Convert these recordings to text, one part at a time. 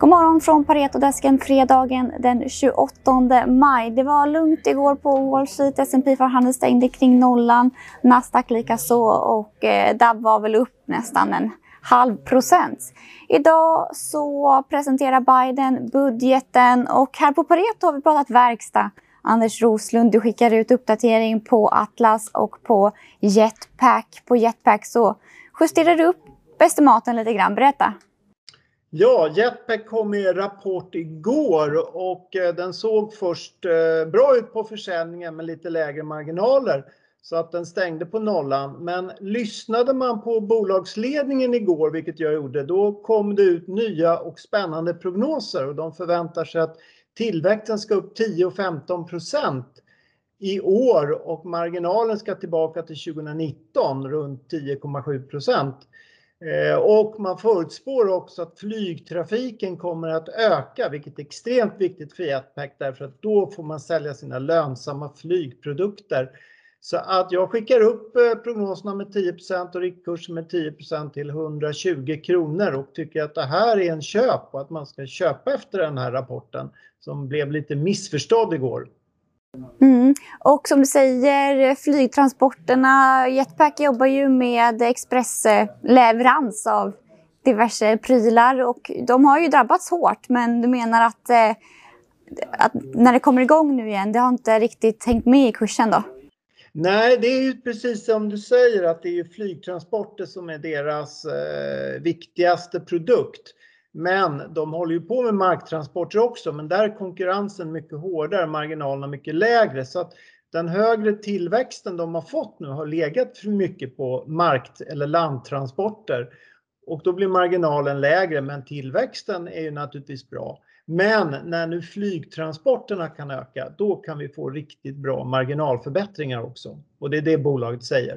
God morgon från Paretodesken fredagen den 28 maj. Det var lugnt igår på Wall Street. S&P 500 stängde kring nollan. Nasdaq lika så och DAB var väl upp nästan 0,5%. Idag så presenterar Biden budgeten och här på Pareto har vi pratat verkstad. Anders Roslund, du skickar ut uppdatering på Atlas och på Jetpack. På Jetpack så justerar du upp estimaten lite grann. Berätta. Ja, Jetpack kom med rapport igår och den såg först bra ut på försäljningen med lite lägre marginaler. Så att den stängde på nollan. Men lyssnade man på bolagsledningen igår, vilket jag gjorde, då kom det ut nya och spännande prognoser. Och de förväntar sig att tillväxten ska upp 10-15% i år och marginalen ska tillbaka till 2019 runt 10,7%. Och man förutspår också att flygtrafiken kommer att öka, vilket är extremt viktigt för Jetpack därför att då får man sälja sina lönsamma flygprodukter. Så att jag skickar upp prognoserna med 10% och riktkursen med 10% till 120 kronor och tycker att det här är en köp och att man ska köpa efter den här rapporten som blev lite missförstådd igår. Och som du säger, flygtransporterna, Jetpack jobbar ju med expressleverans av diverse prylar och de har ju drabbats hårt, men du menar att när det kommer igång nu igen, det har inte riktigt hängt med i kursen då? Nej, det är ju precis som du säger att det är flygtransporter som är deras viktigaste produkt. Men de håller ju på med marktransporter också, men där är konkurrensen mycket hårdare, marginalerna mycket lägre. Så att den högre tillväxten de har fått nu har legat för mycket på markt- eller landtransporter. Och då blir marginalen lägre, men tillväxten är ju naturligtvis bra. Men när nu flygtransporterna kan öka, då kan vi få riktigt bra marginalförbättringar också. Och det är det bolaget säger.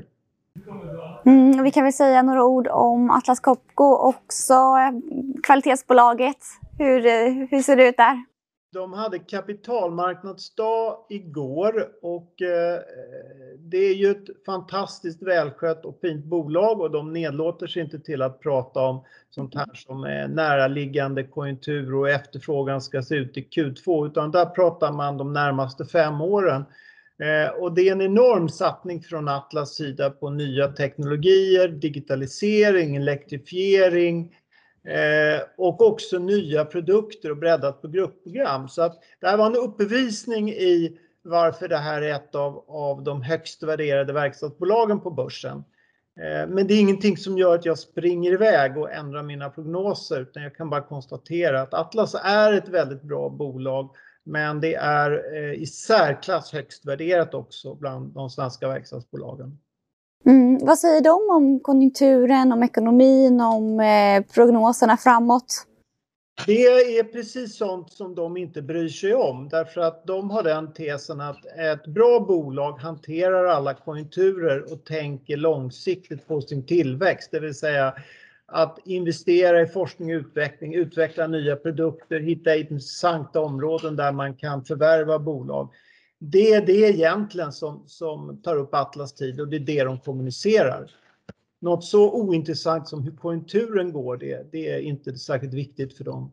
Vi kan väl säga några ord om Atlas Copco också, kvalitetsbolaget. Hur ser det ut där? De hade kapitalmarknadsdag igår och det är ju ett fantastiskt välskött och fint bolag och de nedlåter sig inte till att prata om sånt här som är näraliggande konjunktur och efterfrågan ska se ut i Q2 utan där pratar man de närmaste 5 åren. Och det är en enorm satsning från Atlas sida på nya teknologier, digitalisering, elektrifiering och också nya produkter och breddat på gruppprogram. Så att det här var en uppvisning i varför det här är ett av de högst värderade verkstadsbolagen på börsen. Men det är ingenting som gör att jag springer iväg och ändrar mina prognoser utan jag kan bara konstatera att Atlas är ett väldigt bra bolag. Men det är i särklass högst värderat också bland de svenska verkstadsbolagen. Vad säger de om konjunkturen, om ekonomin, om prognoserna framåt? Det är precis sånt som de inte bryr sig om. Därför att de har den tesen att ett bra bolag hanterar alla konjunkturer och tänker långsiktigt på sin tillväxt. Det vill säga att investera i forskning och utveckling, utveckla nya produkter, hitta intressanta områden där man kan förvärva bolag. Det är det egentligen som tar upp Atlas tid och det är det de kommunicerar. Något så ointressant som hur konjunkturen går, det är inte särskilt viktigt för dem.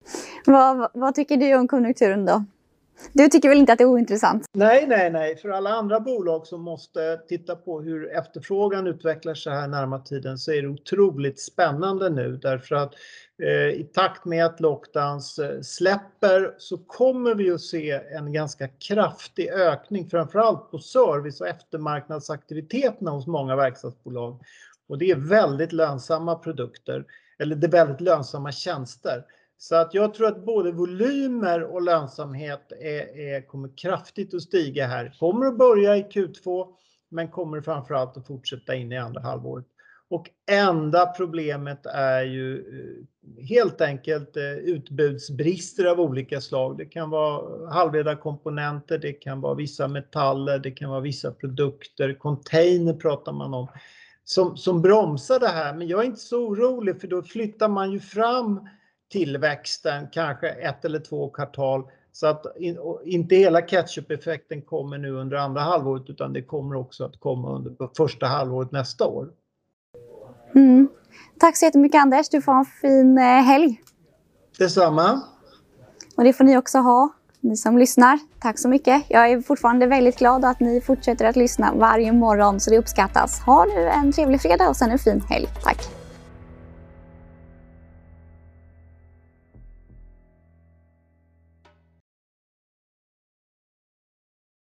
Vad tycker du om konjunkturen då? Du tycker väl inte att det är ointressant? Nej. För alla andra bolag som måste titta på hur efterfrågan utvecklar sig här närmare tiden så är det otroligt spännande nu. Därför att i takt med att lockdowns släpper så kommer vi att se en ganska kraftig ökning framförallt på service- och eftermarknadsaktiviteterna hos många verkstadsbolag. Och det är väldigt lönsamma produkter eller det är väldigt lönsamma tjänster. Så att jag tror att både volymer och lönsamhet kommer kraftigt att stiga här. Kommer att börja i Q2 men kommer framförallt att fortsätta in i andra halvåret. Och enda problemet är ju helt enkelt utbudsbrister av olika slag. Det kan vara halvledarkomponenter, det kan vara vissa metaller, det kan vara vissa produkter, container pratar man om. Som bromsar det här, men jag är inte så orolig för då flyttar man ju fram tillväxten kanske 1 eller 2 kvartal så att inte hela catch-up-effekten kommer nu under andra halvåret utan det kommer också att komma under första halvåret nästa år. Tack så jättemycket Anders, du får en fin helg. Detsamma. Och det får ni också ha, ni som lyssnar. Tack så mycket. Jag är fortfarande väldigt glad att ni fortsätter att lyssna varje morgon, så det uppskattas. Ha nu en trevlig fredag och sen en fin helg. Tack!